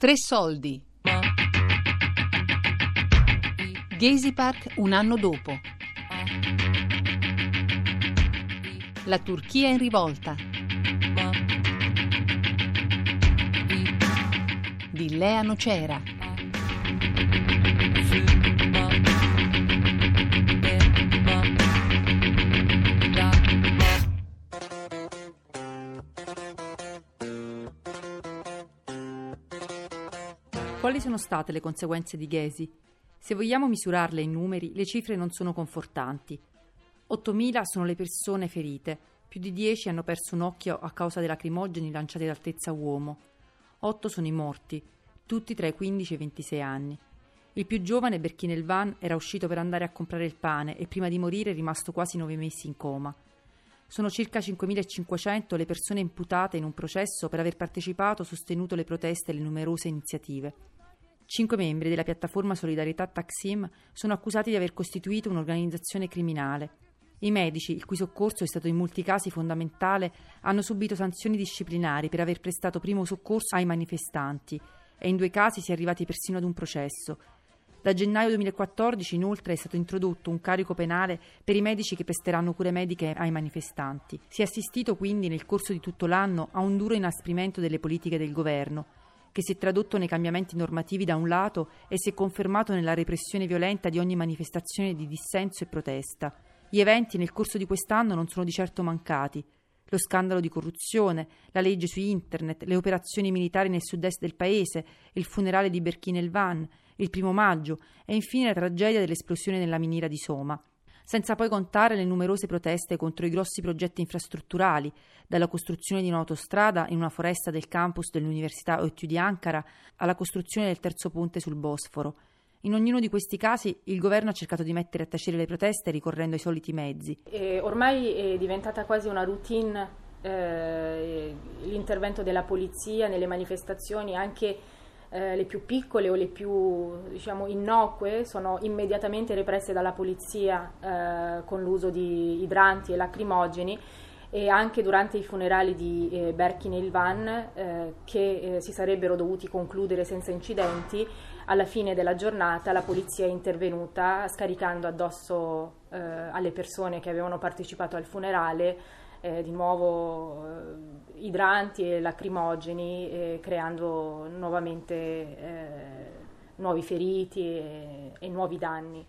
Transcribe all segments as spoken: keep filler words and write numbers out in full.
Tre soldi. Gezi Park un anno dopo. La Turchia in rivolta. Di Lea Nocera. Quali sono state le conseguenze di Gezi? Se vogliamo misurarle in numeri, le cifre non sono confortanti. ottomila sono le persone ferite, più di dieci hanno perso un occhio a causa dei lacrimogeni lanciati ad altezza uomo. otto sono i morti, tutti tra i quindici e i ventisei anni. Il più giovane, Berkin Elvan, era uscito per andare a comprare il pane e prima di morire è rimasto quasi nove mesi in coma. Sono circa cinquemilacinquecento le persone imputate in un processo per aver partecipato o sostenuto le proteste e le numerose iniziative. Cinque membri della piattaforma Solidarietà Taksim sono accusati di aver costituito un'organizzazione criminale. I medici, il cui soccorso è stato in molti casi fondamentale, hanno subito sanzioni disciplinari per aver prestato primo soccorso ai manifestanti e in due casi si è arrivati persino ad un processo. Da gennaio duemilaquattordici inoltre è stato introdotto un carico penale per i medici che presteranno cure mediche ai manifestanti. Si è assistito quindi nel corso di tutto l'anno a un duro inasprimento delle politiche del governo, che si è tradotto nei cambiamenti normativi da un lato e si è confermato nella repressione violenta di ogni manifestazione di dissenso e protesta. Gli eventi nel corso di quest'anno non sono di certo mancati. Lo scandalo di corruzione, la legge su internet, le operazioni militari nel sud-est del paese, il funerale di Berkin Elvan, il primo maggio e infine la tragedia dell'esplosione nella miniera di Soma. Senza poi contare le numerose proteste contro i grossi progetti infrastrutturali, dalla costruzione di un'autostrada in una foresta del campus dell'Università ODTÜ di Ankara alla costruzione del terzo ponte sul Bosforo. In ognuno di questi casi il governo ha cercato di mettere a tacere le proteste ricorrendo ai soliti mezzi. E ormai è diventata quasi una routine eh, l'intervento della polizia nelle manifestazioni, anche eh, le più piccole o le più, diciamo, innocue sono immediatamente represse dalla polizia eh, con l'uso di idranti e lacrimogeni. E anche durante i funerali di eh, Berkin Elvan, eh, che eh, si sarebbero dovuti concludere senza incidenti, alla fine della giornata la polizia è intervenuta scaricando addosso eh, alle persone che avevano partecipato al funerale eh, di nuovo eh, idranti e lacrimogeni, eh, creando nuovamente eh, nuovi feriti e, e nuovi danni.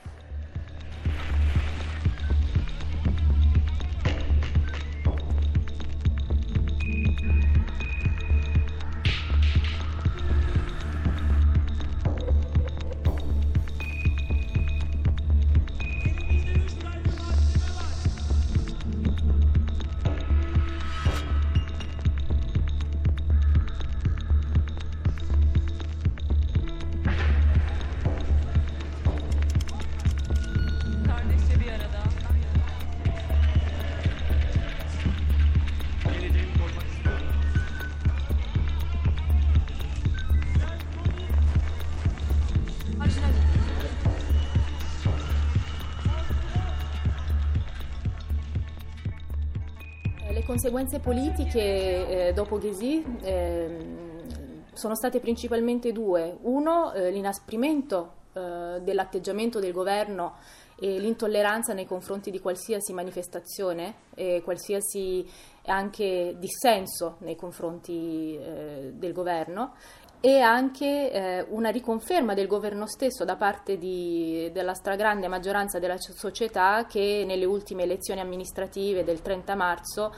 Le conseguenze politiche eh, dopo Gezi eh, sono state principalmente due. Uno, eh, l'inasprimento eh, dell'atteggiamento del governo e l'intolleranza nei confronti di qualsiasi manifestazione e qualsiasi anche dissenso nei confronti eh, del governo, e anche eh, una riconferma del governo stesso da parte di, della stragrande maggioranza della società, che nelle ultime elezioni amministrative del trenta marzo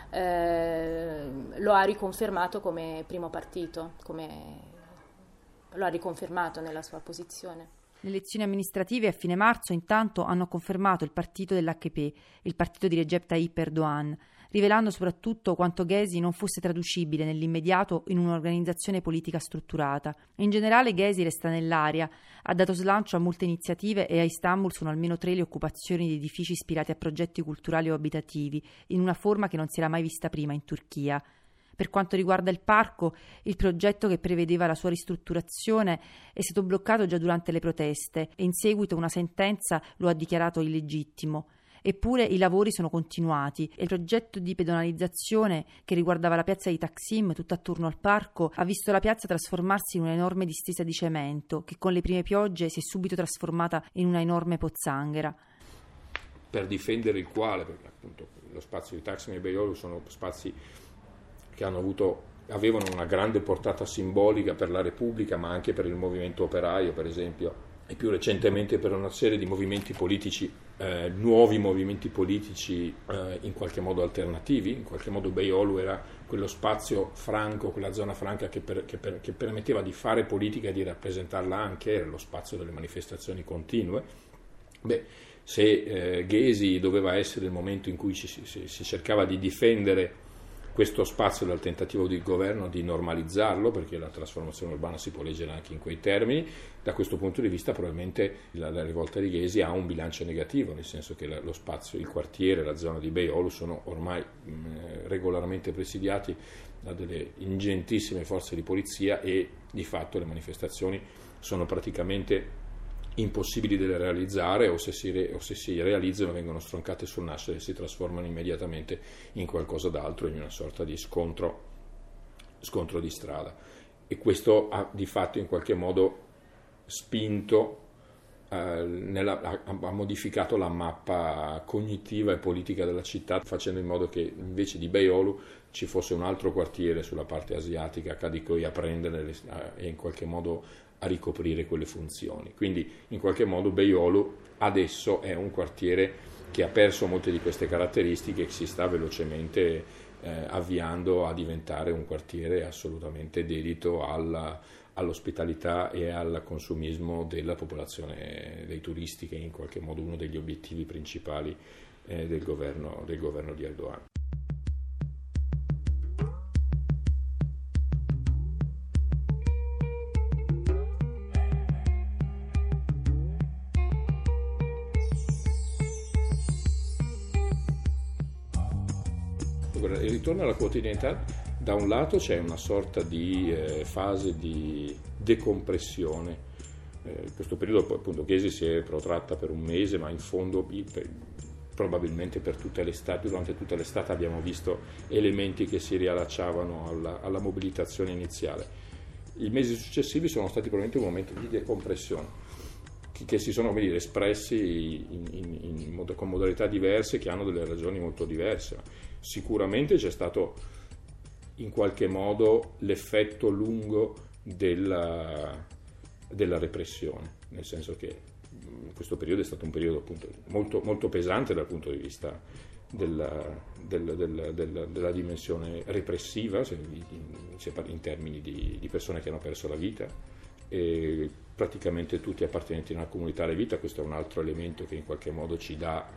eh, lo ha riconfermato come primo partito, come lo ha riconfermato nella sua posizione. Le elezioni amministrative a fine marzo intanto hanno confermato il partito dell'A K P, il partito di Recep Tayyip Erdogan, rivelando soprattutto quanto Gezi non fosse traducibile nell'immediato in un'organizzazione politica strutturata. In generale Gezi resta nell'aria, ha dato slancio a molte iniziative e a Istanbul sono almeno tre le occupazioni di edifici ispirati a progetti culturali o abitativi, in una forma che non si era mai vista prima in Turchia. Per quanto riguarda il parco, il progetto che prevedeva la sua ristrutturazione è stato bloccato già durante le proteste e in seguito una sentenza lo ha dichiarato illegittimo. Eppure i lavori sono continuati e il progetto di pedonalizzazione che riguardava la piazza di Taksim, tutto attorno al parco, ha visto la piazza trasformarsi in un'enorme distesa di cemento che con le prime piogge si è subito trasformata in una enorme pozzanghera. Per difendere il quale, perché appunto lo spazio di Taksim e Beyoğlu sono spazi che hanno avuto avevano una grande portata simbolica per la Repubblica, ma anche per il movimento operaio, per esempio, e più recentemente per una serie di movimenti politici, eh, nuovi movimenti politici eh, in qualche modo alternativi. In qualche modo Beyoğlu era quello spazio franco, quella zona franca che, per, che, per, che permetteva di fare politica e di rappresentarla anche, era lo spazio delle manifestazioni continue. Beh, se eh, Gezi doveva essere il momento in cui ci, si, si cercava di difendere questo spazio dal tentativo del governo di normalizzarlo, perché la trasformazione urbana si può leggere anche in quei termini, da questo punto di vista probabilmente la, la rivolta di Gezi ha un bilancio negativo, nel senso che la, lo spazio, il quartiere, la zona di Beyoğlu sono ormai mh, regolarmente presidiati da delle ingentissime forze di polizia e di fatto le manifestazioni sono praticamente impossibili da realizzare, o se, si re, o se si realizzano vengono stroncate sul nascere e si trasformano immediatamente in qualcosa d'altro, in una sorta di scontro, scontro di strada. E questo ha di fatto in qualche modo spinto, eh, nella, ha, ha modificato la mappa cognitiva e politica della città, facendo in modo che invece di Beyoğlu ci fosse un altro quartiere sulla parte asiatica, Kadıköy, a prendere e in qualche modo a ricoprire quelle funzioni. Quindi in qualche modo Beyoğlu adesso è un quartiere che ha perso molte di queste caratteristiche e che si sta velocemente eh, avviando a diventare un quartiere assolutamente dedito alla, all'ospitalità e al consumismo della popolazione, dei turisti, che è in qualche modo uno degli obiettivi principali eh, del governo, del governo di Erdogan. Il ritorno alla quotidianità, da un lato c'è una sorta di eh, fase di decompressione. Eh, in questo periodo appunto Gezi si è protratta per un mese, ma in fondo per, probabilmente per tutta l'estate, durante tutta l'estate abbiamo visto elementi che si riallacciavano alla, alla mobilitazione iniziale. I mesi successivi sono stati probabilmente un momento di decompressione, che, che si sono, come dire, espressi in, in, in mod- con modalità diverse, che hanno delle ragioni molto diverse. Sicuramente c'è stato in qualche modo l'effetto lungo della, della repressione, nel senso che questo periodo è stato un periodo appunto molto, molto pesante dal punto di vista della, del, del, del, della dimensione repressiva, in termini di, di persone che hanno perso la vita, e praticamente tutti appartenenti a una comunità levita. Questo è un altro elemento che in qualche modo ci dà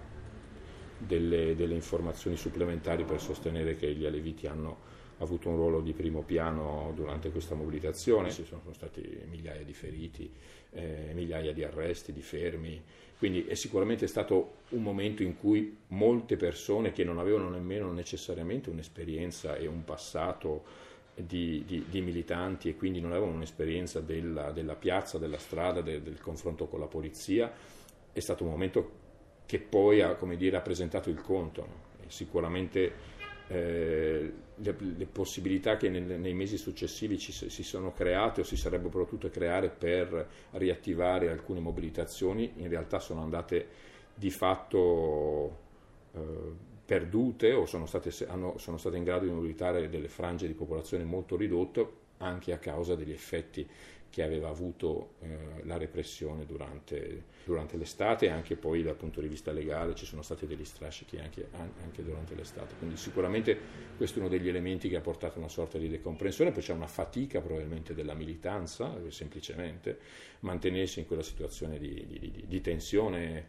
Delle, delle informazioni supplementari per sostenere che gli aleviti hanno avuto un ruolo di primo piano durante questa mobilitazione. Ci sono stati migliaia di feriti, eh, migliaia di arresti, di fermi, quindi è sicuramente stato un momento in cui molte persone che non avevano nemmeno necessariamente un'esperienza e un passato di, di, di militanti, e quindi non avevano un'esperienza della, della piazza, della strada, del, del confronto con la polizia, è stato un momento che poi ha, come dire, rappresentato il conto. E sicuramente eh, le, le possibilità che nel, nei mesi successivi ci, si sono create o si sarebbero potute creare per riattivare alcune mobilitazioni in realtà sono andate di fatto eh, perdute o sono state, hanno, sono state in grado di mobilitare delle frange di popolazione molto ridotte, anche a causa degli effetti che aveva avuto eh, la repressione durante, durante l'estate, e anche poi dal punto di vista legale ci sono stati degli strascichi anche, anche durante l'estate. Quindi sicuramente questo è uno degli elementi che ha portato a una sorta di decomprensione. Poi c'è una fatica probabilmente della militanza, semplicemente mantenersi in quella situazione di, di, di, di tensione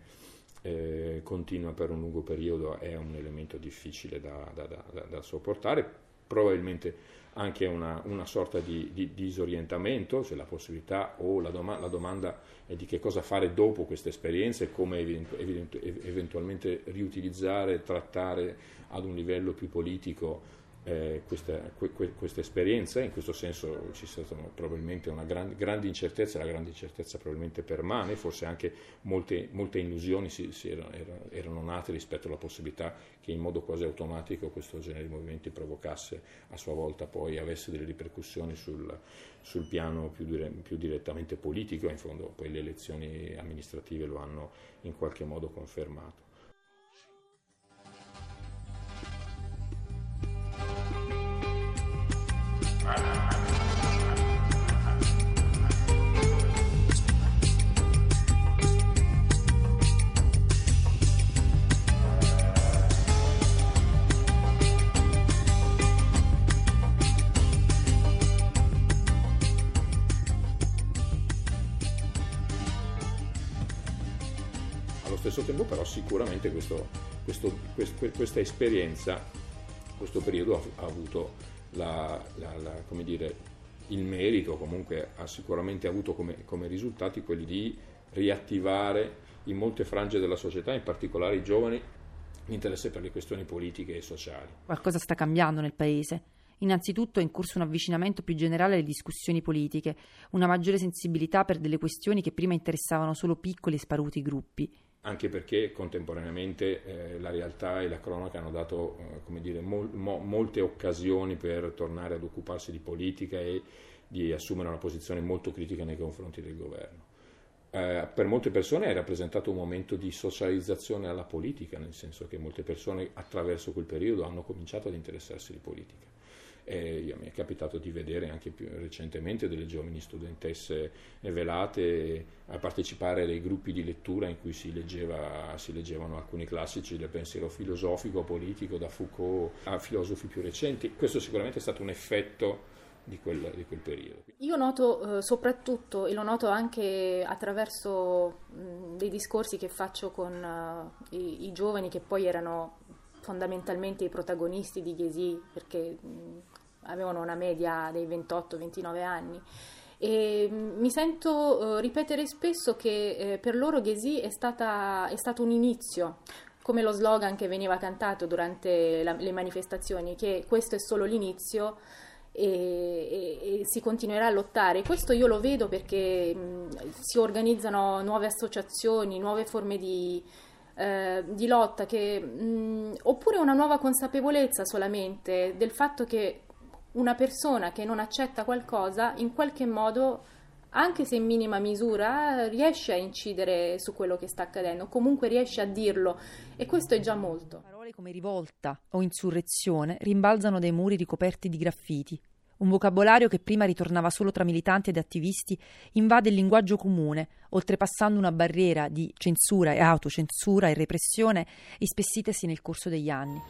eh, continua per un lungo periodo è un elemento difficile da, da, da, da, da sopportare. Probabilmente anche una, una sorta di, di disorientamento, cioè la possibilità o la, doma- la domanda è di che cosa fare dopo questa esperienza e come eventu- eventu- eventualmente riutilizzare, trattare ad un livello più politico eh, questa, que, questa esperienza. In questo senso ci sia stata probabilmente una gran, grande incertezza, la grande incertezza probabilmente permane, forse anche molte, molte illusioni si, si erano, erano nate rispetto alla possibilità che in modo quasi automatico questo genere di movimenti provocasse a sua volta poi avesse delle ripercussioni sul, sul piano più, dire, più direttamente politico. In fondo poi le elezioni amministrative lo hanno in qualche modo confermato. Allo stesso tempo però sicuramente questo, questo, questo, questa esperienza, questo periodo ha, ha avuto la, la, la, come dire, il merito, comunque ha sicuramente avuto come, come risultati quelli di riattivare in molte frange della società, in particolare i giovani, l'interesse per le questioni politiche e sociali. Qualcosa sta cambiando nel paese. Innanzitutto è in corso un avvicinamento più generale alle discussioni politiche, una maggiore sensibilità per delle questioni che prima interessavano solo piccoli e sparuti gruppi. Anche perché contemporaneamente eh, la realtà e la cronaca hanno dato eh, come dire, mol, mo, molte occasioni per tornare ad occuparsi di politica e di assumere una posizione molto critica nei confronti del governo. Eh, per molte persone è rappresentato un momento di socializzazione alla politica, nel senso che molte persone attraverso quel periodo hanno cominciato ad interessarsi di politica. Eh, io, mi è capitato di vedere anche più recentemente delle giovani studentesse velate a partecipare a dei gruppi di lettura in cui si, leggeva, si leggevano alcuni classici del pensiero filosofico, politico, da Foucault a filosofi più recenti. Questo sicuramente è stato un effetto di quel, di quel periodo. Io noto eh, soprattutto, e lo noto anche attraverso mh, dei discorsi che faccio con uh, i, i giovani che poi erano fondamentalmente i protagonisti di Ghesi, perché mh, avevano una media dei ventotto ventinove anni, e mh, mi sento uh, ripetere spesso che eh, per loro Ghesi è, stata, è stato un inizio, come lo slogan che veniva cantato durante la, le manifestazioni, che questo è solo l'inizio e, e, e si continuerà a lottare. Questo io lo vedo perché mh, si organizzano nuove associazioni, nuove forme di Eh, di lotta, che, mh, oppure una nuova consapevolezza solamente del fatto che una persona che non accetta qualcosa in qualche modo, anche se in minima misura, riesce a incidere su quello che sta accadendo, comunque riesce a dirlo, e questo è già molto. Parole come rivolta o insurrezione rimbalzano dai muri ricoperti di graffiti. Un vocabolario che prima ritornava solo tra militanti ed attivisti invade il linguaggio comune, oltrepassando una barriera di censura e autocensura e repressione ispessitesi nel corso degli anni.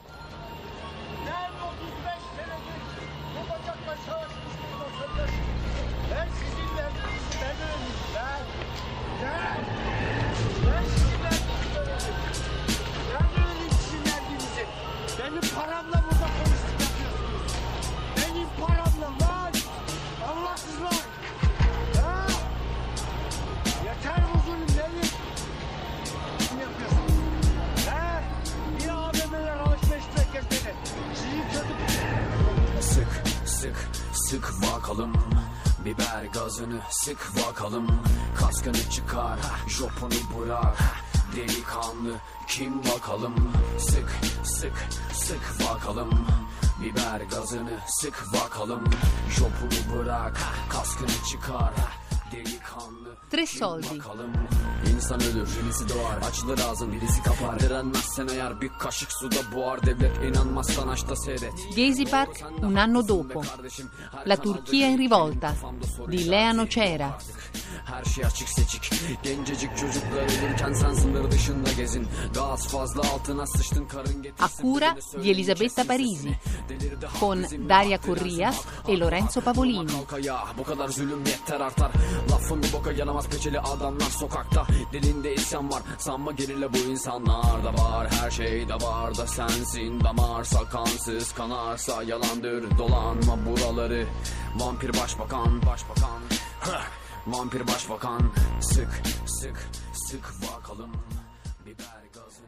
Sık bakalım, biber gazını sık bakalım. Kaskını çıkar, jopunu bırak, delikanlı kim bakalım. Sık sık sık bakalım, biber gazını sık bakalım. Jopunu bırak, kaskını çıkar, delikanlı. Tre soldi. İnsan ölür, birisi doğar, açılır ağzın, birisi kapar. Direnmezsen eğer bir kaşık suda boğar. Devlet inanmazsan aç da seyret. Gezi Park un anno dopo. La Turchia in rivolta di Lea Nocera. Her şey açık seçik. Gencecik çocuklar ölürken sen sınır dışında gezin. Gaz fazla altına sıçtın karın getirsin. A cura di Elisabetta Parisi, con Daria Corrias e Lorenzo Pavolini. Bu kadar zulüm yeter artar. Lafın bir boka yaramaz peçeli adamlar sokakta. Dilinde isyan var. Sanma gerilla bu insanlar da var. Her şey de var da sensin. Damarsa kansız kanarsa yalandır. Dolanma buraları. Vampir başbakan. Başbakan. Vampir başbakan. Sık sık sık bakalım. Biber gazı.